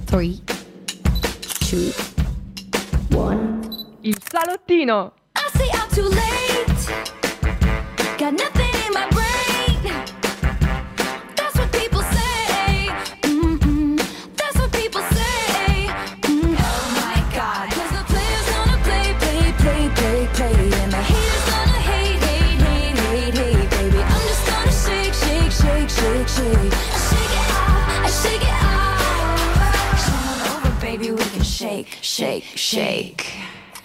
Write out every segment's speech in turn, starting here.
3, 2, 1. Il salottino. I say I'm too late. Got nothing in my brain. That's what people say. That's what people say. Oh my God. 'Cause the players gonna play, play, play, play, play. And the haters gonna hate, hate, hate, hate, hate, baby. I'm just gonna shake, shake, shake, shake, shake. I shake it off, I shake it off. Come on over, baby, we can shake, shake, shake.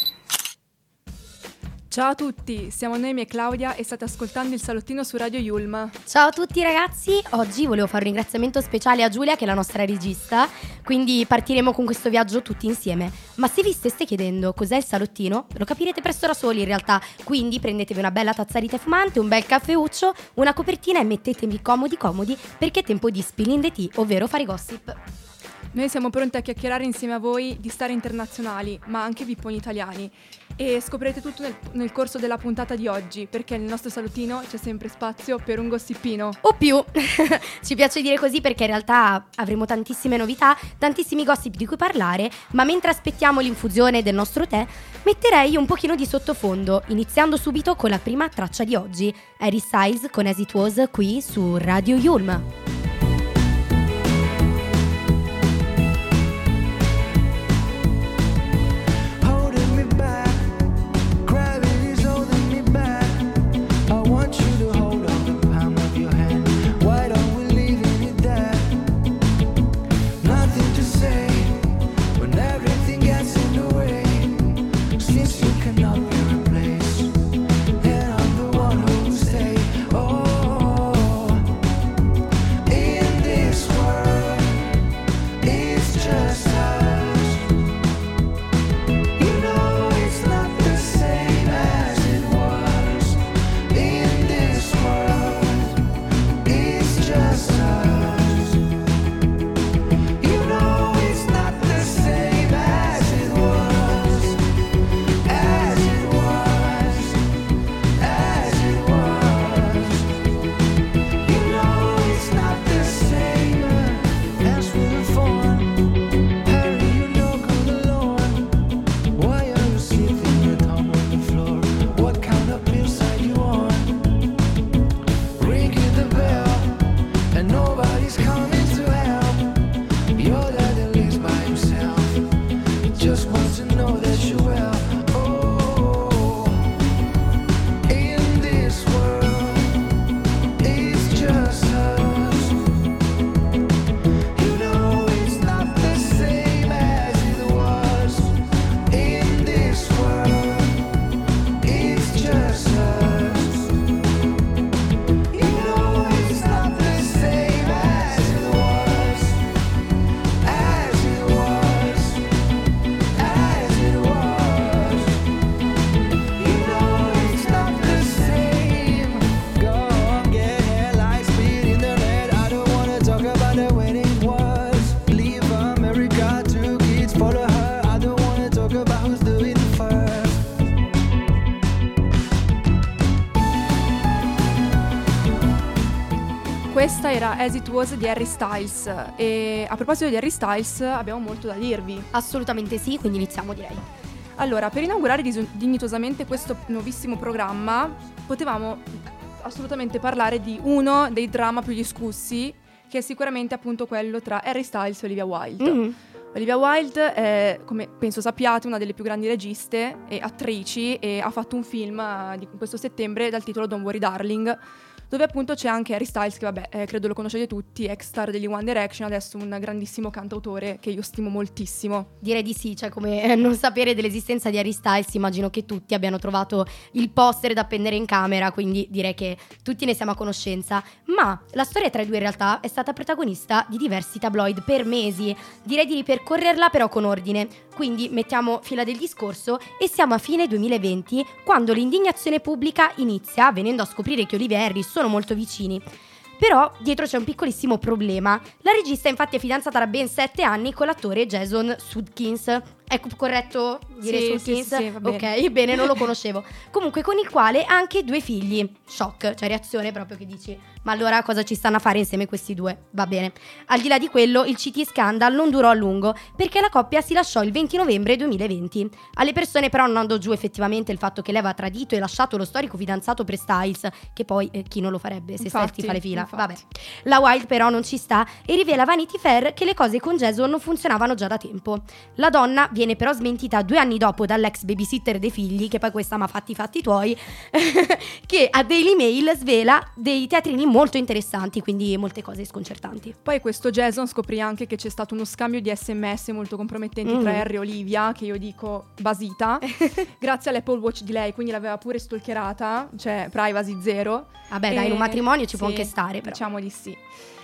Ciao a tutti, siamo Noemi e Claudia e state ascoltando il salottino su Radio Yulm. Ciao a tutti ragazzi, oggi volevo fare un ringraziamento speciale a Giulia che è la nostra regista, quindi partiremo con questo viaggio tutti insieme. Ma se vi steste chiedendo cos'è il salottino, lo capirete presto da soli in realtà, quindi prendetevi una bella tazza di tè fumante, un bel caffeuccio, una copertina e mettetevi comodi perché è tempo di spilling the tea, ovvero fare gossip. Noi siamo pronti a chiacchierare insieme a voi di star internazionali, ma anche vipponi italiani. E scoprirete tutto nel corso della puntata di oggi, perché nel nostro salottino c'è sempre spazio per un gossipino. O più, ci piace dire così perché in realtà avremo tantissime novità, tantissimi gossip di cui parlare, ma mentre aspettiamo l'infusione del nostro tè, metterei un pochino di sottofondo, iniziando subito con la prima traccia di oggi, Harry Styles con As It Was qui su Radio Yulm. Questa era As It Was di Harry Styles e a proposito di Harry Styles abbiamo molto da dirvi. Assolutamente sì, quindi iniziamo direi. Allora, per inaugurare dignitosamente questo nuovissimo programma potevamo assolutamente parlare di uno dei drama più discussi, che è sicuramente appunto quello tra Harry Styles e Olivia Wilde. Olivia Wilde è, come penso sappiate, una delle più grandi registe e attrici e ha fatto un film di questo settembre dal titolo Don't Worry Darling, dove appunto c'è anche Harry Styles, che vabbè, credo lo conoscete tutti, ex star degli One Direction, adesso un grandissimo cantautore che io stimo moltissimo. Direi di sì, cioè come non sapere dell'esistenza di Harry Styles, immagino che tutti abbiano trovato il poster da appendere in camera, quindi direi che tutti ne siamo a conoscenza. Ma la storia tra i due in realtà è stata protagonista di diversi tabloid per mesi, direi di ripercorrerla però con ordine. Quindi mettiamo fila del discorso e siamo a fine 2020, quando l'indignazione pubblica inizia, venendo a scoprire che Olivia e Harry sono molto vicini. Però dietro c'è un piccolissimo problema. La regista infatti è fidanzata da ben 7 anni con l'attore Jason Sudeikis. È corretto dire Sì, Sulkins? sì, va bene. Ok, bene, non lo conoscevo. Comunque con il quale ha anche 2 figli. Shock, cioè reazione proprio che dici: ma allora cosa ci stanno a fare insieme questi due? Va bene. Al di là di quello, il CT scandal non durò a lungo perché la coppia si lasciò il 20 novembre 2020. Alle persone però non andò giù effettivamente il fatto che lei aveva tradito e lasciato lo storico fidanzato per Styles, che poi chi non lo farebbe se Infatti, Styles fa le fila. infatti. Vabbè. La Wilde però non ci sta e rivela a Vanity Fair che le cose con Jason non funzionavano già da tempo. La donna viene però smentita 2 anni dopo dall'ex babysitter dei figli, che poi questa m'ha fatti i fatti tuoi, che a Daily Mail svela dei teatrini molto interessanti, quindi molte cose sconcertanti. Poi questo Jason scoprì anche che c'è stato uno scambio di SMS molto compromettenti tra Harry e Olivia, che io dico basita, grazie all'Apple Watch di lei, quindi l'aveva pure stalkerata, cioè privacy zero. Vabbè, dai, in un matrimonio ci può anche stare, però. Diciamo di sì.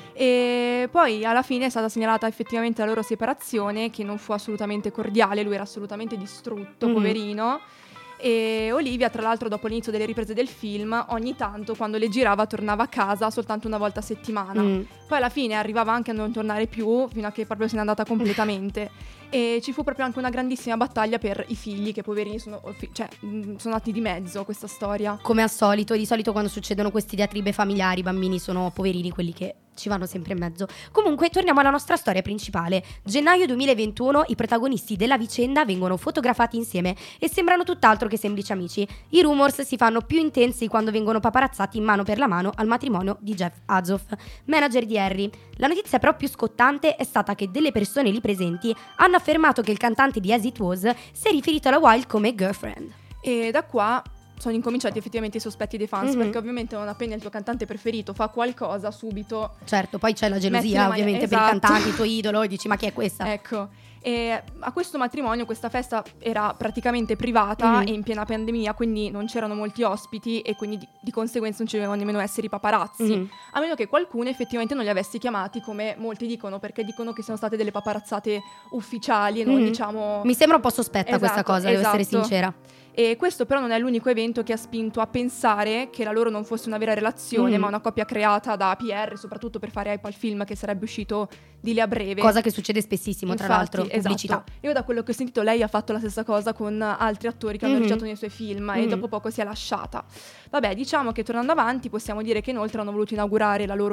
E poi alla fine è stata segnalata effettivamente la loro separazione, che non fu assolutamente cordiale, lui era assolutamente distrutto, poverino. E Olivia, tra l'altro, dopo l'inizio delle riprese del film, ogni tanto quando le girava tornava a casa soltanto una volta a settimana. Poi alla fine arrivava anche a non tornare più, fino a che proprio se n'è andata completamente. E ci fu proprio anche una grandissima battaglia per i figli, che poverini sono nati di mezzo questa storia. Come al solito, di solito quando succedono queste diatribe familiari, i bambini sono poverini, quelli che ci vanno sempre in mezzo. Comunque torniamo alla nostra storia principale. Gennaio 2021, i protagonisti della vicenda vengono fotografati insieme e sembrano tutt'altro che semplici amici. I rumors si fanno più intensi quando vengono paparazzati in mano per la mano al matrimonio di Jeff Azoff, manager di Harry. La notizia però più scottante è stata che delle persone lì presenti hanno affermato che il cantante di As It Was si è riferito alla Wilde come girlfriend. E da qua sono incominciati effettivamente i sospetti dei fans, perché ovviamente non appena il tuo cantante preferito fa qualcosa, subito Certo, poi c'è la metti le gelosia mani- ovviamente per il esatto. cantante, il tuo idolo, e dici ma chi è questa? Ecco, e a questo matrimonio questa festa era praticamente privata e in piena pandemia, quindi non c'erano molti ospiti e quindi di conseguenza non ci dovevano nemmeno essere i paparazzi, a meno che qualcuno effettivamente non li avesse chiamati, come molti dicono, perché dicono che siano state delle paparazzate ufficiali e non diciamo... Mi sembra un po' sospetta questa cosa, devo essere esatto. sincera. E questo però non è l'unico evento che ha spinto a pensare che la loro non fosse una vera relazione, ma una coppia creata da PR, soprattutto per fare hype al film che sarebbe uscito di lì a breve. Cosa che succede spessissimo, tra l'altro, Infatti, pubblicità. esatto. Io da quello che ho sentito lei ha fatto la stessa cosa con altri attori che hanno recitato nei suoi film e dopo poco si è lasciata. Vabbè, diciamo che tornando avanti possiamo dire che inoltre hanno voluto inaugurare il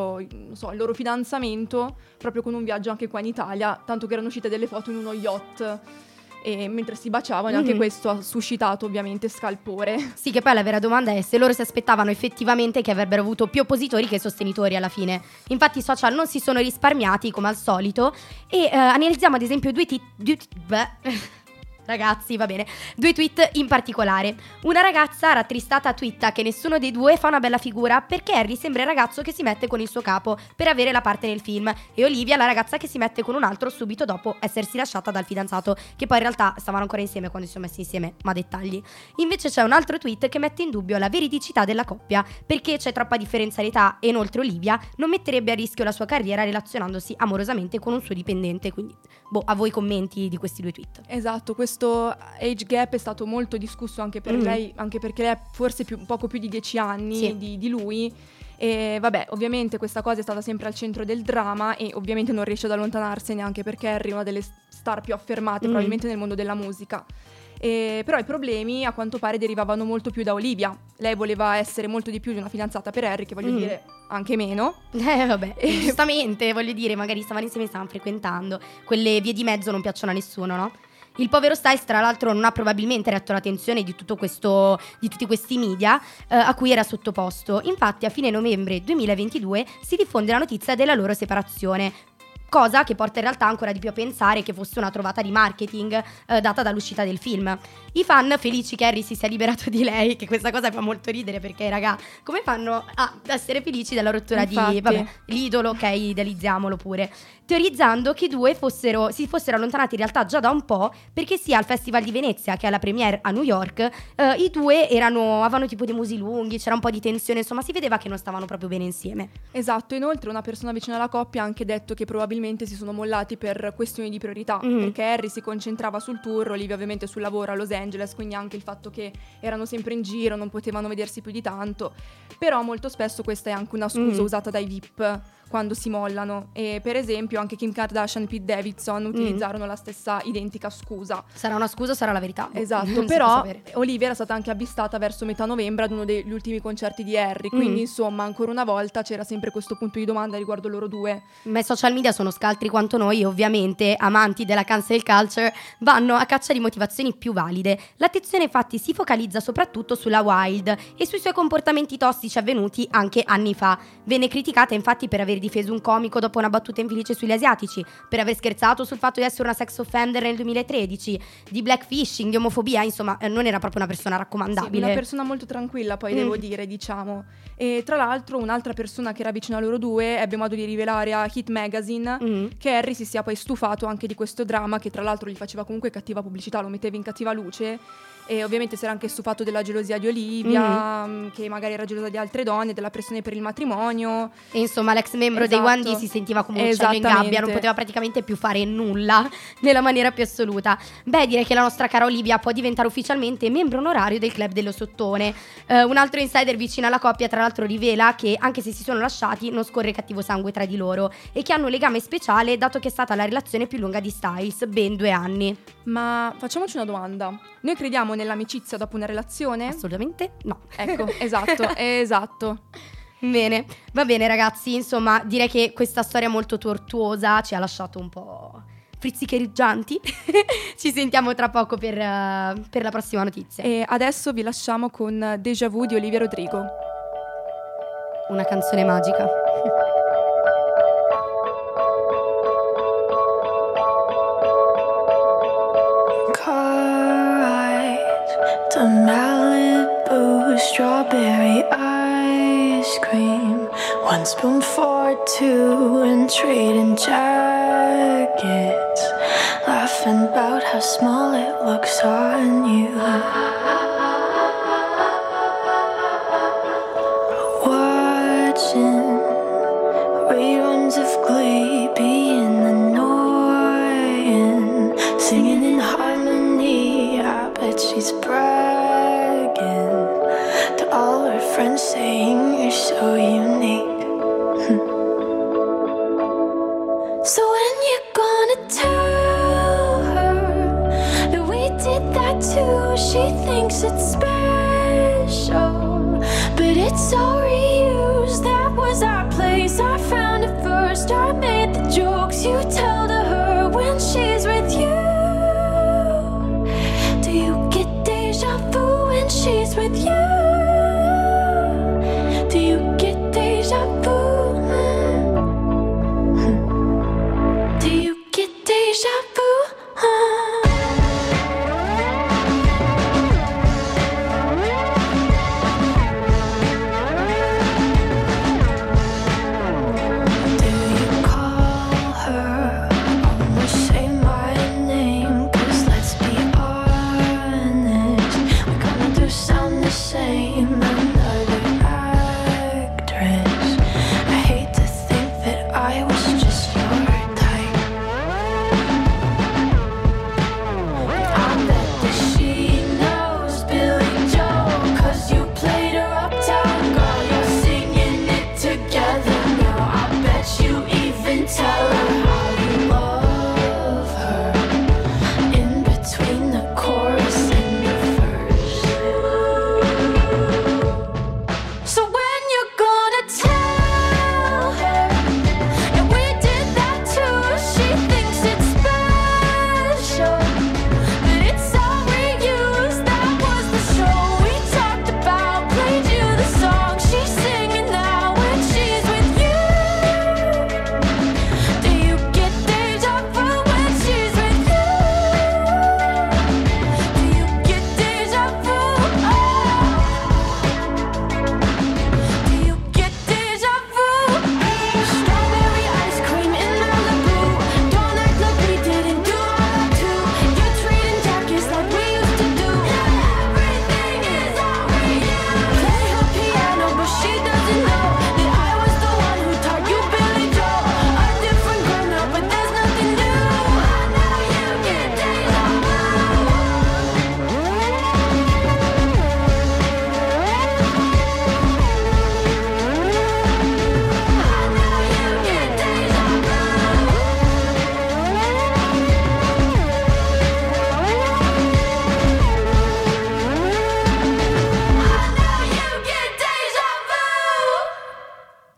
loro fidanzamento proprio con un viaggio anche qua in Italia, tanto che erano uscite delle foto in uno yacht. E mentre si baciavano, anche questo ha suscitato ovviamente scalpore. Sì, che poi la vera domanda è se loro si aspettavano effettivamente che avrebbero avuto più oppositori che sostenitori alla fine. Infatti i social non si sono risparmiati come al solito e analizziamo ad esempio Ragazzi, va bene. 2 tweet in particolare. Una ragazza rattristata twitta che nessuno dei due fa una bella figura perché Harry sembra il ragazzo che si mette con il suo capo per avere la parte nel film e Olivia la ragazza che si mette con un altro subito dopo essersi lasciata dal fidanzato, che poi in realtà stavano ancora insieme quando si sono messi insieme, ma dettagli. Invece c'è un altro tweet che mette in dubbio la veridicità della coppia perché c'è troppa differenza d'età e inoltre Olivia non metterebbe a rischio la sua carriera relazionandosi amorosamente con un suo dipendente, quindi a voi commenti di questi 2 tweet. Esatto, questo age gap è stato molto discusso anche per lei, anche perché lei ha forse poco più di 10 anni Sì. di lui. E vabbè, ovviamente questa cosa è stata sempre al centro del dramma e ovviamente non riesce ad allontanarsene, anche perché Harry è una delle star più affermate probabilmente nel mondo della musica. Però i problemi a quanto pare derivavano molto più da Olivia. Lei voleva essere molto di più di una fidanzata per Harry, che voglio dire anche meno. Vabbè, giustamente, voglio dire, magari stavano insieme, stavano frequentando. Quelle vie di mezzo non piacciono a nessuno, no? Il povero Styles, tra l'altro, non ha probabilmente retto l'attenzione di tutti questi media a cui era sottoposto. Infatti, a fine novembre 2022 si diffonde la notizia della loro separazione. Cosa che porta in realtà ancora di più a pensare che fosse una trovata di marketing data dall'uscita del film. I fan felici che Harry si sia liberato di lei, che questa cosa fa molto ridere perché raga, come fanno ad essere felici della rottura Infatti. di l'idolo, ok, idealizziamolo pure, teorizzando che i due si fossero allontanati in realtà già da un po', perché sia al Festival di Venezia che alla premiere a New York i due avevano tipo dei musi lunghi, c'era un po' di tensione, insomma si vedeva che non stavano proprio bene insieme. Esatto, inoltre una persona vicina alla coppia ha anche detto che probabilmente si sono mollati per questioni di priorità, perché Harry si concentrava sul tour, Olivia ovviamente sul lavoro a Los Angeles, quindi anche il fatto che erano sempre in giro, non potevano vedersi più di tanto. Però molto spesso questa è anche una scusa usata dai VIP quando si mollano. E per esempio anche Kim Kardashian e Pete Davidson utilizzarono la stessa identica scusa. Sarà una scusa o sarà la verità? Esatto, Non si può però sapere. Olivia era stata anche avvistata verso metà novembre ad uno degli ultimi concerti di Harry, quindi insomma ancora una volta c'era sempre questo punto di domanda riguardo loro due. Ma i social media sono scaltri quanto noi, ovviamente, amanti della cancel culture, vanno a caccia di motivazioni più valide. L'attenzione infatti si focalizza soprattutto sulla Wilde e sui suoi comportamenti tossici avvenuti anche anni fa. Venne criticata infatti per aver difeso un comico dopo una battuta infelice sugli asiatici, per aver scherzato sul fatto di essere una sex offender nel 2013, di blackfishing, di omofobia, insomma non era proprio una persona raccomandabile. Sì, una persona molto tranquilla, poi devo dire, diciamo. E tra l'altro un'altra persona che era vicina a loro due ebbe modo di rivelare a Hit Magazine che Harry si sia poi stufato anche di questo dramma, che tra l'altro gli faceva comunque cattiva pubblicità, lo metteva in cattiva luce. E ovviamente si era anche stufato della gelosia di Olivia, che magari era gelosa di altre donne, della pressione per il matrimonio. E insomma l'ex membro dei Esatto. 1D si sentiva come un uccello in gabbia, non Esattamente. poteva praticamente più fare nulla nella maniera più assoluta. Beh, direi che la nostra cara Olivia può diventare ufficialmente membro onorario del club dello Sottone. Un altro insider vicino alla coppia tra l'altro rivela che anche se si sono lasciati non scorre cattivo sangue tra di loro e che hanno un legame speciale dato che è stata la relazione più lunga di Styles, ben 2 anni. Ma facciamoci una domanda. Noi crediamo nell'amicizia dopo una relazione? Assolutamente no. Ecco, esatto. Bene, va bene ragazzi, insomma direi che questa storia molto tortuosa ci ha lasciato un po' frizzicheggianti. Ci sentiamo tra poco per la prossima notizia. E adesso vi lasciamo con Déjà Vu di Olivia Rodrigo. Una canzone magica. Car ride to Malibu, strawberry ice cream, 1 spoon for 2 and trading jackets, laughing about how small it looks on you. Watching reruns of Glee, being annoying, singing in harmony. I bet she's bragging to all her friends, saying you're so unique. So when you gonna tell her that we did that too? She thinks it's special, but it's all reused. That was our place, I found it first. I made the jokes you tell to her when she's with you. Do you get deja vu when she's with you? Do you get deja vu? Do you get deja vu? Do you call her? Almost say my name, 'cause let's be honest, we kinda do sound the same. Another actress. I hate to think that I was just your type.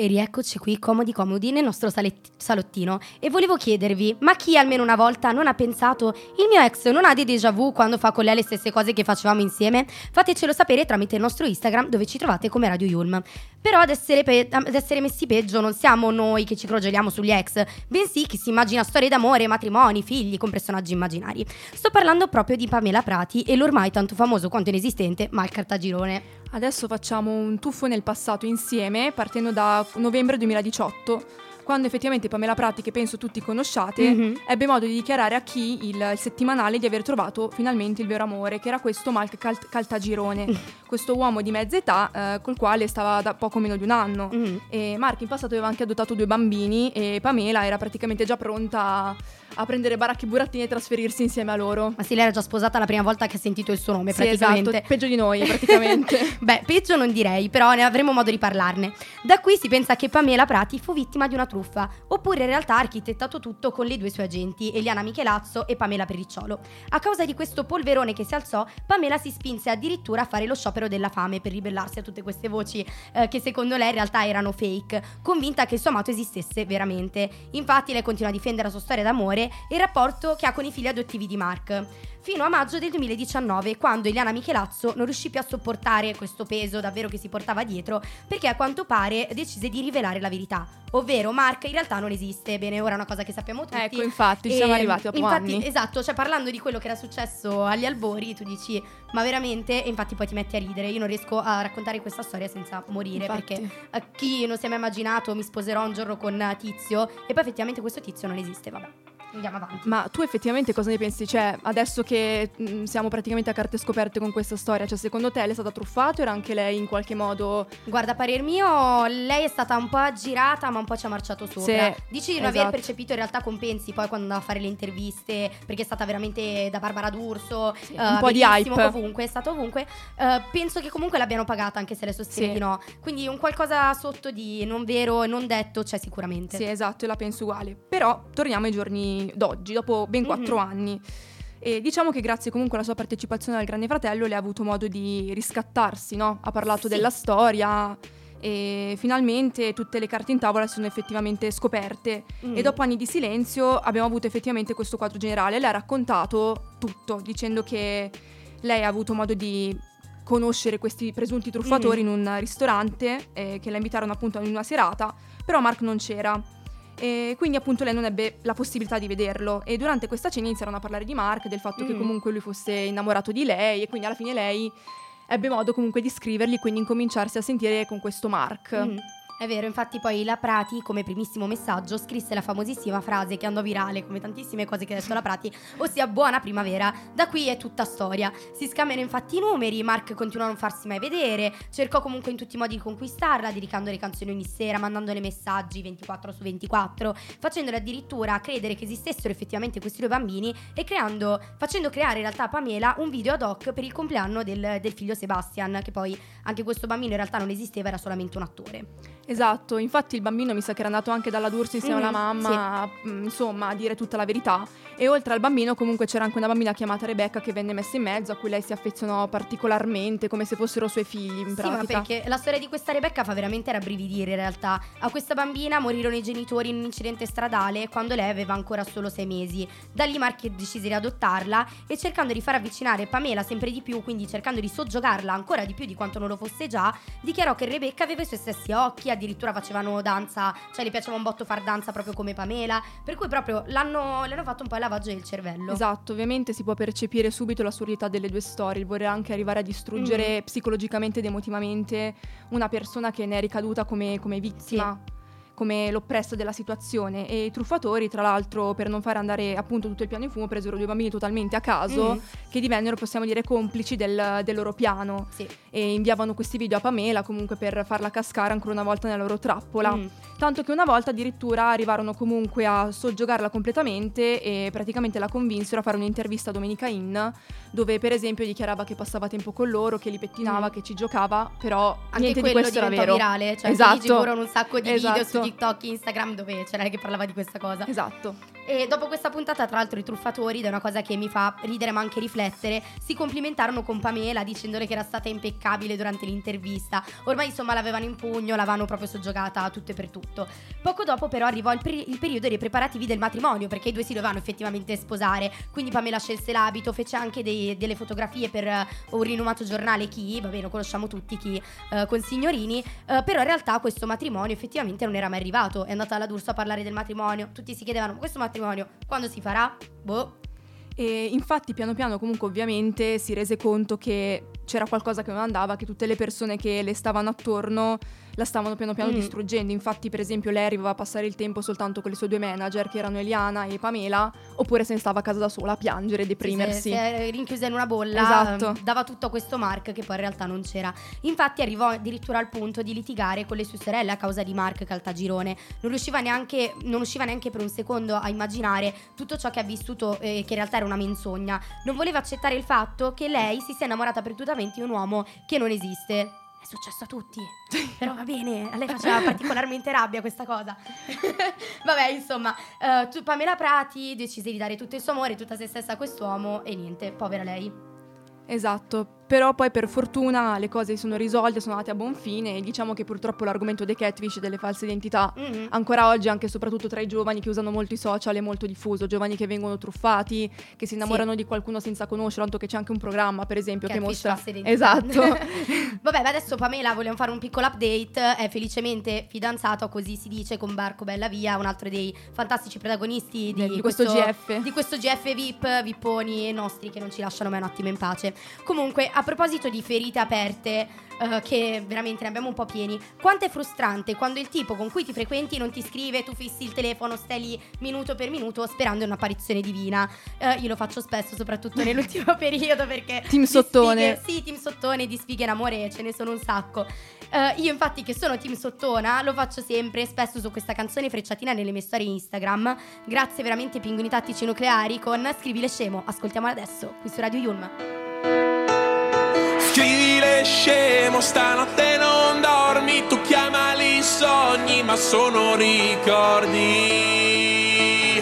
E rieccoci qui comodi nel nostro salottino e volevo chiedervi, ma chi almeno una volta non ha pensato il mio ex non ha dei déjà vu quando fa con lei le stesse cose che facevamo insieme? Fatecelo sapere tramite il nostro Instagram, dove ci trovate come Radio Yulm. Però ad essere messi peggio non siamo noi che ci crogeliamo sugli ex, bensì chi si immagina storie d'amore, matrimoni, figli con personaggi immaginari. Sto parlando proprio di Pamela Prati e l'ormai tanto famoso quanto inesistente Mal Cartagirone. Adesso facciamo un tuffo nel passato insieme, partendo da novembre 2018, quando effettivamente Pamela Prati, che penso tutti conosciate, ebbe modo di dichiarare a Chi, il settimanale, di aver trovato finalmente il vero amore, che era questo Mal Caltagirone, questo uomo di mezza età col quale stava da poco meno di un anno. E Mark in passato aveva anche adottato 2 bambini e Pamela era praticamente già pronta a prendere baracchi e burattini e trasferirsi insieme a loro. Ma sì, lei era già sposata la prima volta che ha sentito il suo nome, Sì, praticamente. esatto, peggio di noi praticamente. Beh, peggio non direi, però ne avremo modo di parlarne. Da qui si pensa che Pamela Prati fu vittima di una truffa, oppure in realtà ha architettato tutto con le 2 sue agenti, Eliana Michelazzo e Pamela Pericciolo. A causa di questo polverone che si alzò, Pamela si spinse addirittura a fare lo sciopero della fame per ribellarsi a tutte queste voci che secondo lei in realtà erano fake, convinta che il suo amato esistesse veramente. Infatti lei continua a difendere la sua storia d'amore e il rapporto che ha con i figli adottivi di Mark, fino a maggio del 2019, quando Eliana Michelazzo non riuscì più a sopportare questo peso davvero che si portava dietro, perché a quanto pare decise di rivelare la verità, ovvero Mark in realtà non esiste. Bene, ora è una cosa che sappiamo tutti. Ecco, infatti, ci siamo arrivati dopo anni. Esatto, cioè parlando di quello che era successo agli albori, tu dici, ma veramente? E infatti poi ti metti a ridere. Io non riesco a raccontare questa storia senza morire, Infatti. perché chi non si è mai immaginato mi sposerò un giorno con Tizio, e poi effettivamente questo Tizio non esiste, vabbè. Andiamo avanti. Ma tu effettivamente cosa ne pensi? Cioè, adesso che siamo praticamente a carte scoperte con questa storia, cioè secondo te lei è stata truffata o era anche lei in qualche modo... Guarda, a parer mio, lei è stata un po' aggirata, ma un po' ci ha marciato sopra. Sì, Dici di non esatto. aver percepito in realtà compensi poi quando andava a fare le interviste, perché è stata veramente da Barbara D'Urso, un po' di bellissimo, hype. ovunque, è stato ovunque. Penso che comunque l'abbiano pagata, anche se lei sostiene Sì. di no. Quindi un qualcosa sotto di non vero e non detto c'è sicuramente. Sì, esatto, io la penso uguale. Però torniamo ai giorni d'oggi, dopo ben 4 anni. E diciamo che grazie comunque alla sua partecipazione al Grande Fratello lei ha avuto modo di riscattarsi, no? Ha parlato Sì. della storia e finalmente tutte le carte in tavola si sono effettivamente scoperte. E dopo anni di silenzio abbiamo avuto effettivamente questo quadro generale. Lei ha raccontato tutto, dicendo che lei ha avuto modo di conoscere questi presunti truffatori in un ristorante, che la invitarono appunto in una serata, però Mark non c'era. E quindi appunto lei non ebbe la possibilità di vederlo, e durante questa cena iniziarono a parlare di Mark, del fatto che comunque lui fosse innamorato di lei, e quindi alla fine lei ebbe modo comunque di scrivergli, quindi incominciarsi a sentire con questo Mark. È vero, infatti poi la Prati come primissimo messaggio scrisse la famosissima frase che andò virale come tantissime cose che ha detto la Prati, ossia buona primavera. Da qui è tutta storia. Si scambiano infatti i numeri, Mark continuò a non farsi mai vedere, cercò comunque in tutti i modi di conquistarla, dedicandole canzoni ogni sera, mandandole messaggi 24 su 24, facendole addirittura credere che esistessero effettivamente questi 2 bambini e facendo creare in realtà a Pamela un video ad hoc per il compleanno del figlio Sebastian, che poi anche questo bambino in realtà non esisteva, era solamente un attore. Esatto, infatti il bambino mi sa che era nato anche dalla D'Urso insieme alla mamma, insomma, a dire tutta la verità. E oltre al bambino comunque c'era anche una bambina chiamata Rebecca che venne messa in mezzo, a cui lei si affezionò particolarmente, come se fossero suoi figli in pratica. Sì, ma perché la storia di questa Rebecca fa veramente rabbrividire in realtà. A questa bambina morirono i genitori in un incidente stradale quando lei aveva ancora solo 6 mesi. Da lì Mark decise di adottarla e, cercando di far avvicinare Pamela sempre di più, quindi cercando di soggiogarla ancora di più di quanto non lo fosse già, dichiarò che Rebecca aveva i suoi stessi occhi, addirittura facevano danza, cioè le piaceva un botto far danza proprio come Pamela, per cui proprio le hanno fatto un po' il lavaggio del cervello. Esatto, ovviamente si può percepire subito l'assurdità delle 2 storie, il voler anche arrivare a distruggere psicologicamente ed emotivamente una persona che ne è ricaduta come vittima. Sì. Come l'oppresso della situazione. E i truffatori, tra l'altro, per non fare andare appunto tutto il piano in fumo, presero 2 bambini totalmente a caso che divennero, possiamo dire, complici del loro piano. Sì. E inviavano questi video a Pamela comunque per farla cascare ancora una volta nella loro trappola. Tanto che una volta addirittura arrivarono comunque a soggiogarla completamente e praticamente la convinsero a fare un'intervista a Domenica In, dove per esempio dichiarava che passava tempo con loro, che li pettinava, che ci giocava, però Anche niente di quello questo era diventò vero. virale, cioè Esatto. lì girano un sacco di video su Esatto. TikTok, Instagram, dove c'era lei che parlava di questa cosa. Esatto. E dopo questa puntata, tra l'altro, i truffatori, ed è una cosa che mi fa ridere ma anche riflettere, si complimentarono con Pamela dicendole che era stata impeccabile durante l'intervista. Ormai insomma l'avevano in pugno, l'avevano proprio soggiogata tutto e per tutto. Poco dopo però arrivò il periodo dei preparativi del matrimonio, perché i due si dovevano effettivamente sposare. Quindi Pamela scelse l'abito, fece anche delle fotografie per un rinomato giornale, Chi, va bene, lo conosciamo tutti, Chi, con signorini. Però in realtà questo matrimonio effettivamente non era mai arrivato. È andata alla D'Urso a parlare del matrimonio, tutti si chiedevano: ma questo matrimonio quando si farà? Boh. E infatti piano piano comunque ovviamente si rese conto che c'era qualcosa che non andava, che tutte le persone che le stavano attorno la stavano piano piano distruggendo. Infatti per esempio lei arrivava a passare il tempo soltanto con le sue due manager, che erano Eliana e Pamela, oppure se ne stava a casa da sola a piangere e deprimersi. Si è rinchiusa in una bolla. Esatto. Dava tutto a questo Mark che poi in realtà non c'era. Infatti arrivò addirittura al punto di litigare con le sue sorelle a causa di Mark Caltagirone. Non usciva neanche per un secondo a immaginare tutto ciò che ha vissuto, che in realtà era una menzogna. Non voleva accettare il fatto che lei si sia innamorata perdutamente di un uomo che non esiste. È successo a tutti, però va bene, a lei faceva particolarmente rabbia questa cosa. Vabbè, insomma, Pamela Prati decise di dare tutto il suo amore, tutta se stessa a quest'uomo e niente, povera lei. Esatto, però poi per fortuna le cose si sono risolte, sono andate a buon fine, e diciamo che purtroppo l'argomento dei catfish e delle false identità ancora oggi, anche e soprattutto tra i giovani che usano molto i social, è molto diffuso. Giovani che vengono truffati, che si innamorano di qualcuno senza conoscerlo, tanto che c'è anche un programma per esempio che mostra false identità. esatto. Vabbè, ma adesso Pamela vogliamo fare un piccolo update. È felicemente fidanzato, così si dice, con Marco Bellavia, un altro dei fantastici protagonisti di questo GF. Di questo GF VIP, vipponi nostri che non ci lasciano mai un attimo in pace. Comunque, a proposito di ferite aperte, che veramente ne abbiamo un po' pieni, quanto è frustrante quando il tipo con cui ti frequenti non ti scrive, tu fissi il telefono, stai lì minuto per minuto sperando in un'apparizione divina. Io lo faccio spesso, soprattutto nell'ultimo periodo, perché Team Sottone. Sì, team Sottone, di sfighe in amore ce ne sono un sacco. Io infatti, che sono team Sottona, lo faccio sempre, spesso su questa canzone frecciatina nelle mie storie Instagram. Grazie veramente, Pinguini Tattici Nucleari, con Scrivile Scemo. Ascoltiamola adesso qui su Radio Yulm. Scrivile scemo, stanotte non dormi, tu chiamali sogni, ma sono ricordi.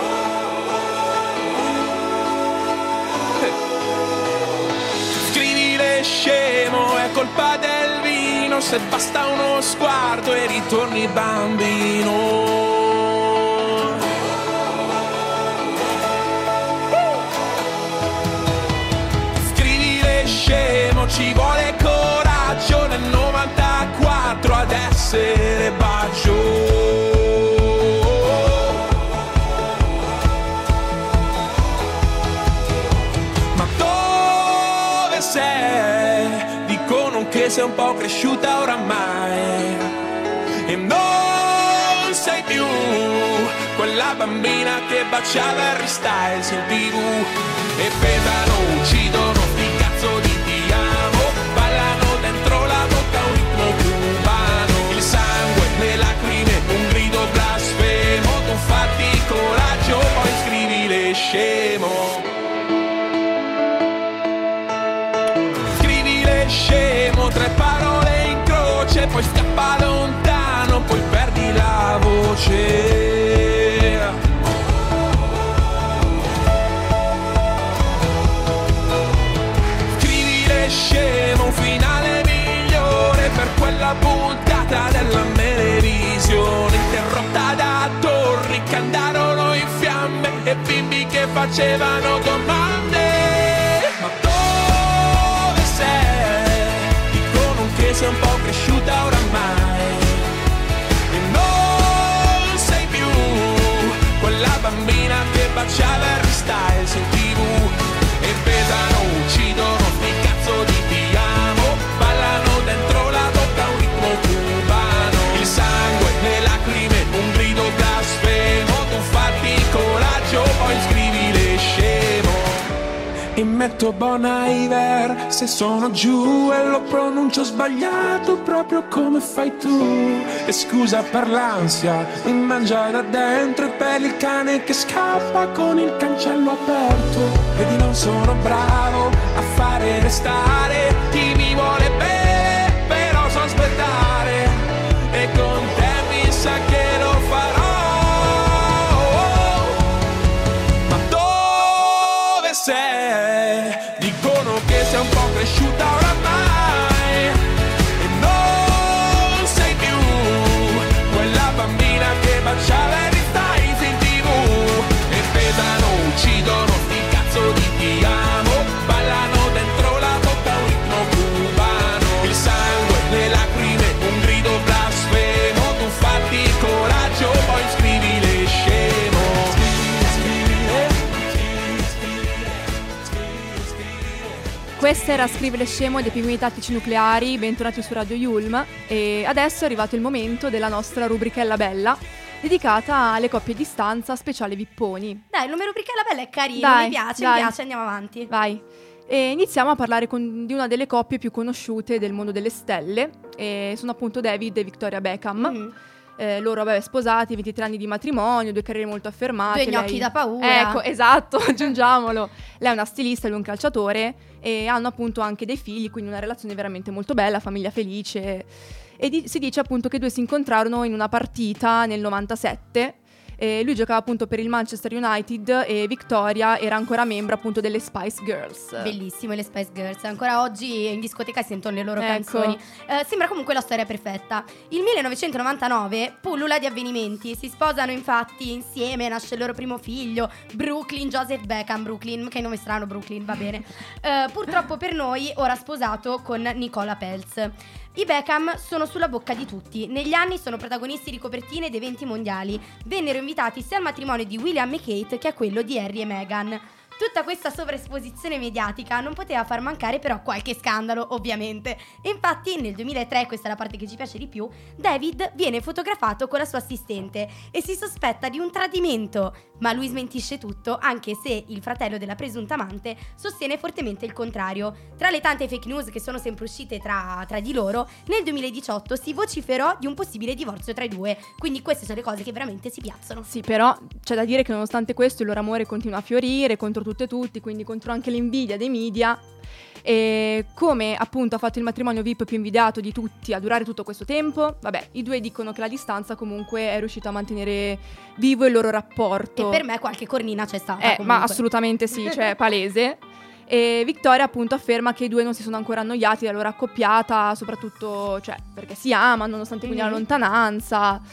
Scrivile scemo, è colpa del vino, se basta uno sguardo e ritorni bambino. Ci vuole coraggio nel 94 ad essere bacio. Ma dove sei? Dicono che sei un po' cresciuta oramai e non sei più quella bambina che baciava Harry Styles in TV. E pesano, uccidono, sti cazzo di ballano dentro la bocca un ritmo cubano. Il sangue, le lacrime, un grido blasfemo. Tu fatti coraggio, poi scrivile scemo. Scrivile scemo, 3 parole in croce, poi scappa lontano, poi perdi la voce. Scemo, un finale migliore per quella puntata della Melevisione, interrotta da torri che andarono in fiamme e bimbi che facevano domande. Ma dove sei? Dicono che sei un po' cresciuta oramai e non sei più quella bambina che baciava Harry Styles in TV. E pesano, uccidono, sti cazzo di ti amo, ballano dentro la bocca un ritmo cubano. Il sangue, le lacrime, un grido blasfemo. Tu fatti coraggio, poi scrivile scemo. E metto Bon Iver se sono giù e lo pronuncio sbagliato proprio come fai tu. E scusa per l'ansia, mi mangia da dentro e per il cane che scappa con il cancello aperto. Vedi, non sono bravo a fare restare chi mi vuole bene, però so aspettare e con te mi sa che lo farò. Questa era Scrivere Scemo dei Pinguini Tattici Nucleari, bentornati su Radio Yulm, e adesso è arrivato il momento della nostra rubrichella bella dedicata alle coppie a distanza speciale Vipponi. Dai, il nome rubrichella bella è carino, Dai, mi piace, andiamo avanti. Vai. E iniziamo a parlare di una delle coppie più conosciute del mondo delle stelle, e sono appunto David e Victoria Beckham. Loro sposati, 23 anni di matrimonio, 2 carriere molto affermate. 2 gnocchi da paura. Ecco, esatto, aggiungiamolo. Lei è una stilista, lui è un calciatore e hanno appunto anche dei figli, quindi una relazione veramente molto bella, famiglia felice. E si dice appunto che i due si incontrarono in una partita nel 97. Lui giocava appunto per il Manchester United e Victoria era ancora membro appunto delle Spice Girls. Bellissime le Spice Girls, ancora oggi in discoteca si sentono le loro Ecco. canzoni. Sembra comunque la storia perfetta. Il 1999 pullula di avvenimenti, si sposano infatti insieme, nasce il loro primo figlio, Brooklyn Joseph Beckham. Brooklyn, che nome strano, Brooklyn, va bene. Purtroppo per noi ora sposato con Nicola Peltz. I Beckham sono sulla bocca di tutti. Negli anni sono protagonisti di copertine ed eventi mondiali. Vennero invitati sia al matrimonio di William e Kate che a quello di Harry e Meghan. Tutta questa sovraesposizione mediatica non poteva far mancare però qualche scandalo, ovviamente. E infatti nel 2003, questa è la parte che ci piace di più, David viene fotografato con la sua assistente e si sospetta di un tradimento. Ma lui smentisce tutto, anche se il fratello della presunta amante sostiene fortemente il contrario. Tra le tante fake news che sono sempre uscite tra di loro, nel 2018 si vociferò di un possibile divorzio tra i due. Quindi queste sono le cose che veramente si piazzano. Sì, però c'è da dire che nonostante questo il loro amore continua a fiorire contro tutte e tutti, quindi contro anche l'invidia dei media. E come appunto ha fatto il matrimonio VIP più invidiato di tutti a durare tutto questo tempo, vabbè, i due dicono che la distanza comunque è riuscita a mantenere vivo il loro rapporto. E per me qualche cornina c'è stata comunque. Ma assolutamente sì, cioè palese. E Victoria appunto afferma che i due non si sono ancora annoiati della loro accoppiata, soprattutto cioè perché si amano nonostante quindi la lontananza.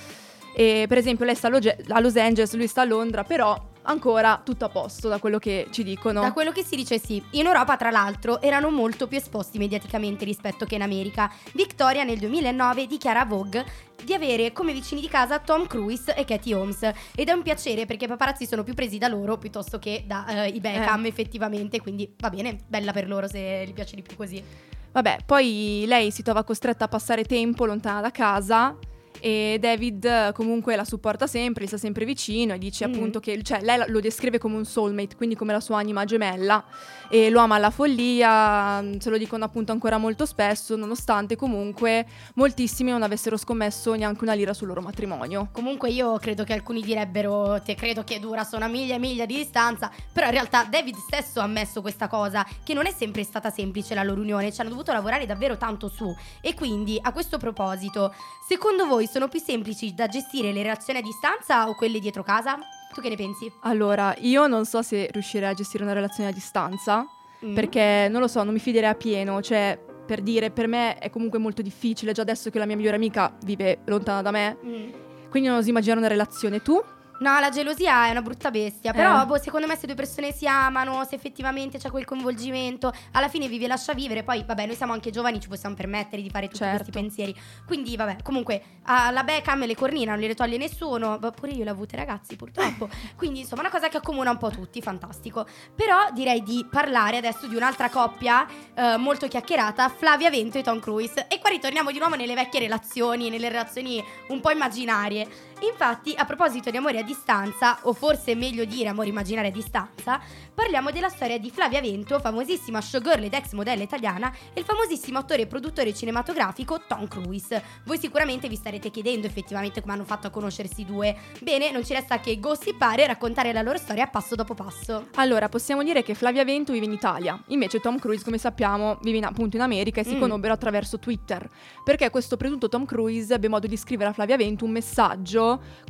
E per esempio lei sta a Los Angeles, lui sta a Londra, però ancora tutto a posto da quello che ci dicono. Da quello che si dice sì. In Europa tra l'altro erano molto più esposti mediaticamente rispetto che in America. Victoria nel 2009 dichiara a Vogue di avere come vicini di casa Tom Cruise e Katie Holmes, ed è un piacere perché i paparazzi sono più presi da loro piuttosto che da i Beckham effettivamente, quindi va bene, bella per loro se gli piace di più così. Vabbè, poi lei si trova costretta a passare tempo lontana da casa e David comunque la supporta sempre, gli sta sempre vicino e dice appunto che cioè, lei lo descrive come un soulmate, quindi come la sua anima gemella, e lo ama alla follia, se lo dicono appunto ancora molto spesso, nonostante comunque moltissimi non avessero scommesso neanche una lira sul loro matrimonio. Comunque io credo che alcuni direbbero te credo che dura sono miglia e miglia di distanza, però in realtà David stesso ha ammesso questa cosa, che non è sempre stata semplice la loro unione, ci hanno dovuto lavorare davvero tanto su. E quindi a questo proposito, secondo voi sono più semplici da gestire le relazioni a distanza o quelle dietro casa? Tu che ne pensi? Allora, io non so se riuscirei a gestire una relazione a distanza, perché non lo so, non mi fiderei appieno, cioè per dire, per me è comunque molto difficile già adesso che la mia migliore amica vive lontana da me, quindi non oso immaginare una relazione. Tu? No, la gelosia è una brutta bestia, però secondo me se due persone si amano, se effettivamente c'è quel coinvolgimento, alla fine vivi e lascia vivere. Poi vabbè, noi siamo anche giovani, ci possiamo permettere di fare tutti questi pensieri. Quindi vabbè, comunque alla Beckham le cornine non le toglie nessuno, pure io le ho avute ragazzi purtroppo. Quindi insomma una cosa che accomuna un po' tutti, fantastico. Però direi di parlare adesso di un'altra coppia molto chiacchierata, Flavia Vento e Tom Cruise. E qua ritorniamo di nuovo nelle vecchie relazioni, nelle relazioni un po' immaginarie. Infatti, a proposito di amore a distanza, o forse è meglio dire amore immaginare a distanza, parliamo della storia di Flavia Vento, famosissima showgirl ed ex modella italiana, e il famosissimo attore e produttore cinematografico Tom Cruise. Voi sicuramente vi starete chiedendo effettivamente come hanno fatto a conoscersi i due. Bene, non ci resta che gossipare e raccontare la loro storia passo dopo passo. Allora, possiamo dire che Flavia Vento vive in Italia, invece Tom Cruise, come sappiamo, vive appunto in America e si conobbero attraverso Twitter, perché questo presunto Tom Cruise ebbe modo di scrivere a Flavia Vento un messaggio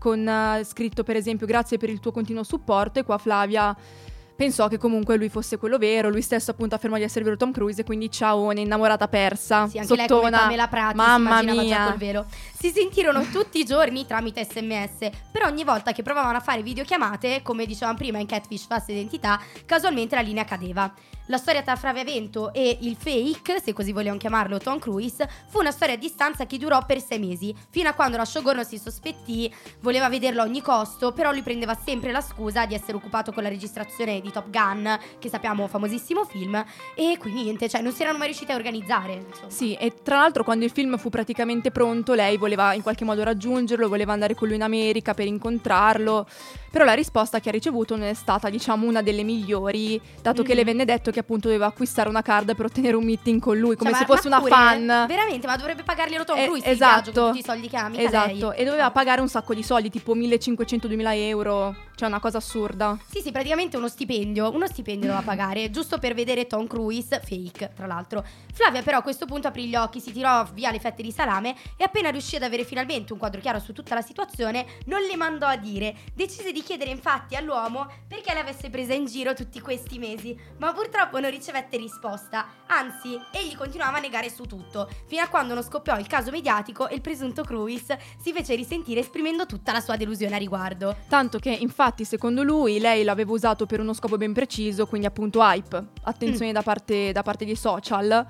con scritto per esempio grazie per il tuo continuo supporto, e qua Flavia pensò che comunque lui fosse quello vero, lui stesso appunto affermò di essere vero Tom Cruise, e quindi ciao, innamorata persa. Sì, anche sottona. lei come Pamela Prati, mamma si immaginava mia. già col velo. Si sentirono tutti i giorni tramite SMS, però ogni volta che provavano a fare videochiamate, come dicevamo prima in Catfish Falsa Identità, casualmente la linea cadeva. La storia tra Flavia Vento e il fake, se così vogliamo chiamarlo, Tom Cruise, fu una storia a distanza che durò per 6 mesi, fino a quando la showgirl si sospettì, voleva vederlo a ogni costo, però lui prendeva sempre la scusa di essere occupato con la registrazione di di Top Gun, che sappiamo famosissimo film, e quindi niente, cioè non si erano mai riusciti a organizzare, insomma. Sì, e tra l'altro quando il film fu praticamente pronto, lei voleva in qualche modo raggiungerlo, voleva andare con lui in America per incontrarlo, però la risposta che ha ricevuto non è stata, diciamo, una delle migliori, dato che le venne detto che appunto doveva acquistare una card per ottenere un meeting con lui, come Cioè, se fosse una pure, fan. Veramente, ma dovrebbe pagarglielo Tom Cruise esatto, il viaggio con tutti i soldi che ha, mica esatto, lei. e doveva pagare un sacco di soldi, tipo 1.500-2.000 euro, cioè una cosa assurda. Sì, praticamente uno stipendio doveva pagare, giusto per vedere Tom Cruise, fake tra l'altro. Flavia però a questo punto aprì gli occhi, si tirò via le fette di salame e appena riuscì ad avere finalmente un quadro chiaro su tutta la situazione, non le mandò a dire. Decise di chiedere infatti all'uomo perché l'avesse presa in giro tutti questi mesi, ma purtroppo non ricevette risposta. Anzi, egli continuava a negare su tutto, fino a quando non scoppiò il caso mediatico e il presunto Cruise si fece risentire esprimendo tutta la sua delusione a riguardo. Tanto che infatti secondo lui lei l'aveva usato per uno scopo ben preciso, quindi appunto hype, attenzione da parte dei social.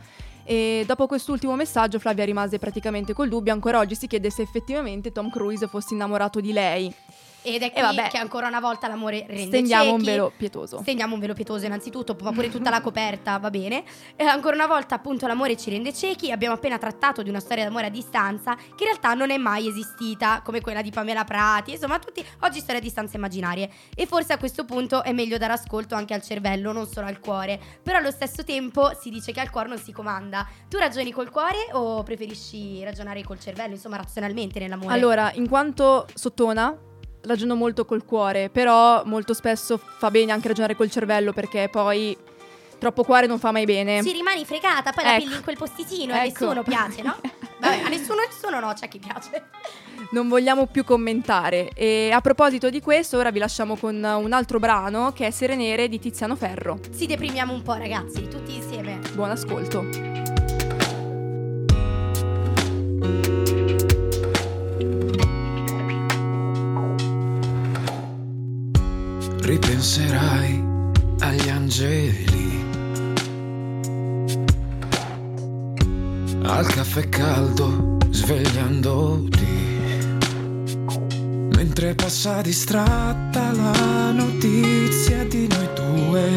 E dopo quest'ultimo messaggio Flavia rimase praticamente col dubbio, ancora oggi si chiede se effettivamente Tom Cruise fosse innamorato di lei. Ed è qui che ancora una volta l'amore rende Stendiamo ciechi. un velo pietoso. Stendiamo un velo pietoso innanzitutto, ma pure tutta la coperta, va bene. Ancora una volta appunto l'amore ci rende ciechi. Abbiamo appena trattato di una storia d'amore a distanza che in realtà non è mai esistita, come quella di Pamela Prati. Insomma, tutti oggi storie a distanza immaginarie. E forse a questo punto è meglio dare ascolto anche al cervello, non solo al cuore. Però allo stesso tempo si dice che al cuore non si comanda. Tu ragioni col cuore o preferisci ragionare col cervello, insomma razionalmente nell'amore? Allora, in quanto sottona, ragiono molto col cuore, però molto spesso fa bene anche ragionare col cervello, perché poi troppo cuore non fa mai bene. Ci rimani fregata, poi la pilli in quel posticino e a nessuno piace, no? Vabbè, a nessuno no, c'è chi piace. Non vogliamo più commentare. E a proposito di questo, ora vi lasciamo con un altro brano che è Sere Nere di Tiziano Ferro. Ci deprimiamo un po', ragazzi, tutti insieme. Buon ascolto. Ripenserai agli angeli, al caffè caldo svegliandoti, mentre passa distratta la notizia di noi due.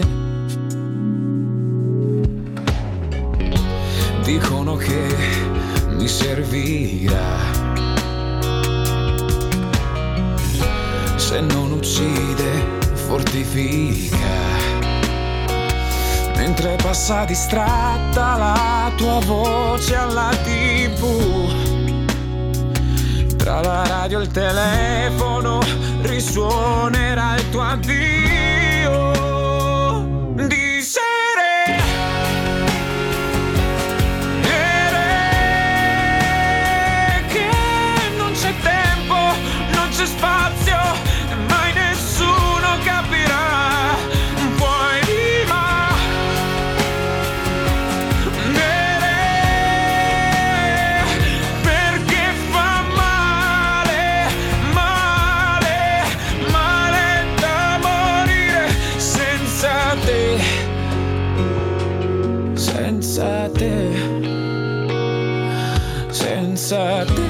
Dicono che mi servirà, se non uccide fortifica, mentre passa distratta la tua voce alla TV, tra la radio e il telefono risuonerà il tuo addio di sere nere, che non c'è tempo, non c'è spazio e mai nessuno capirà, poi rima nere, perché fa male, male, male da morire senza te, senza te, senza te.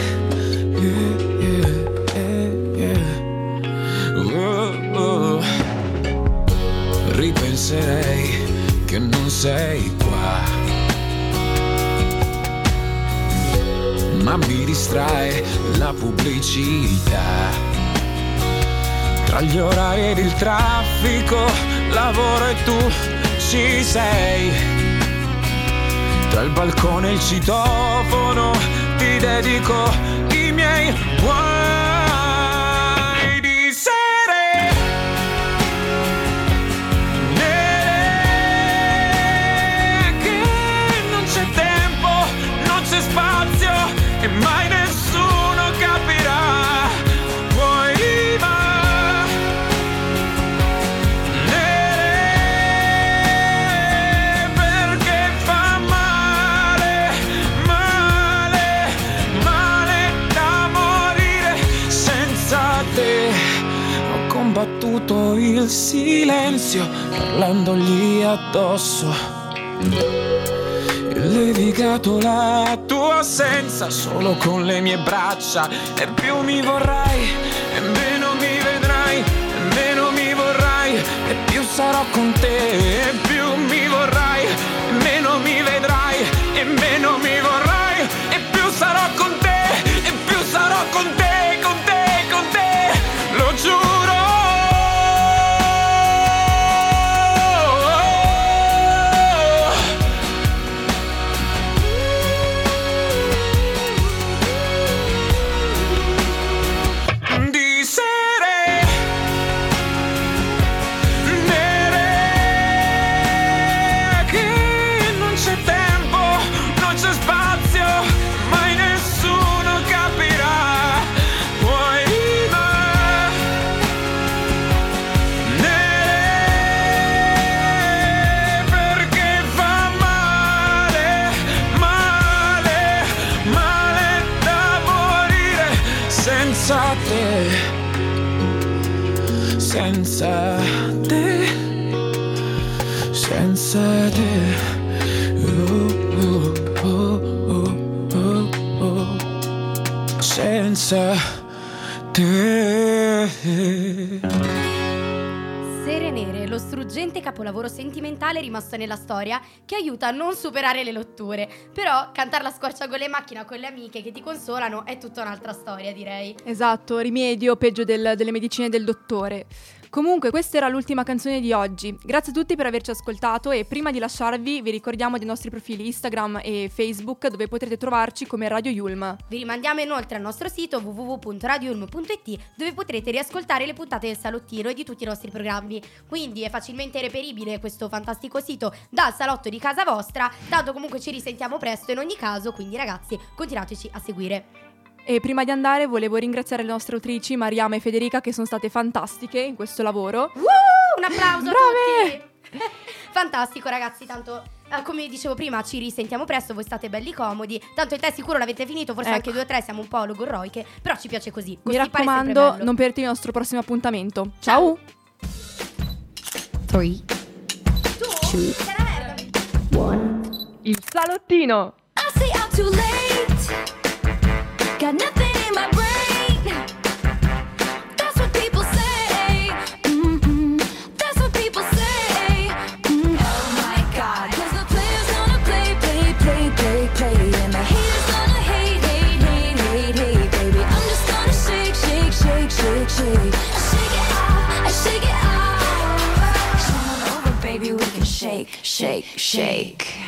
Ripenserei che non sei qua, ma mi distrae la pubblicità, tra gli orari ed il traffico, lavoro e tu ci sei, tra il balcone e il citofono ti dedico i miei guai di sere nere, che non c'è tempo, non c'è spazio e mai nessuno capirà, poi rima nere, perché fa male, male, male da morire senza te. Ho combattuto il silenzio parlandogli addosso, levigato la tua assenza solo con le mie braccia, e più mi vorrai e meno mi vedrai, e meno mi vorrai e più sarò sarò con te, più mi vorrai, meno mi vedrai, e meno mi vorrai, e più sarò con te, e più sarò con te, con te, con te, lo giuro. Senza te, senza te, senza te. Sere Nere, lo struggente capolavoro sentimentale rimasto nella storia che aiuta a non superare le rotture. Però cantarla a squarciagola in macchina con le amiche che ti consolano è tutta un'altra storia, direi. Esatto, rimedio peggio delle medicine del dottore. Comunque, questa era l'ultima canzone di oggi. Grazie a tutti per averci ascoltato e prima di lasciarvi vi ricordiamo dei nostri profili Instagram e Facebook dove potrete trovarci come Radio Yulm. Vi rimandiamo inoltre al nostro sito www.radioyulm.it dove potrete riascoltare le puntate del Salottino e di tutti i nostri programmi. Quindi è facilmente reperibile questo fantastico sito dal salotto di casa vostra. Tanto comunque ci risentiamo presto in ogni caso, quindi ragazzi continuateci a seguire. E prima di andare volevo ringraziare le nostre autrici Mariama e Federica che sono state fantastiche in questo lavoro. Un applauso Brave! a tutti! Fantastico ragazzi, tanto come dicevo prima ci risentiamo presto, voi state belli comodi. Tanto il tè sicuro l'avete finito, forse anche 2 o 3 siamo un po' logorroiche, però ci piace così. Mi raccomando, non perdete il nostro prossimo appuntamento. Ciao! 3, 2, 1. Il Salottino! I say I'm too late. Got nothing in my brain. That's what people say. That's what people say. Oh my God. 'Cause the players gonna play, play, play, play, play, and the haters gonna hate, hate, hate, hate, hate, baby. I'm just gonna shake, shake, shake, shake, shake. Shake it off, I shake it off. Come on over, baby, we can shake, shake, shake.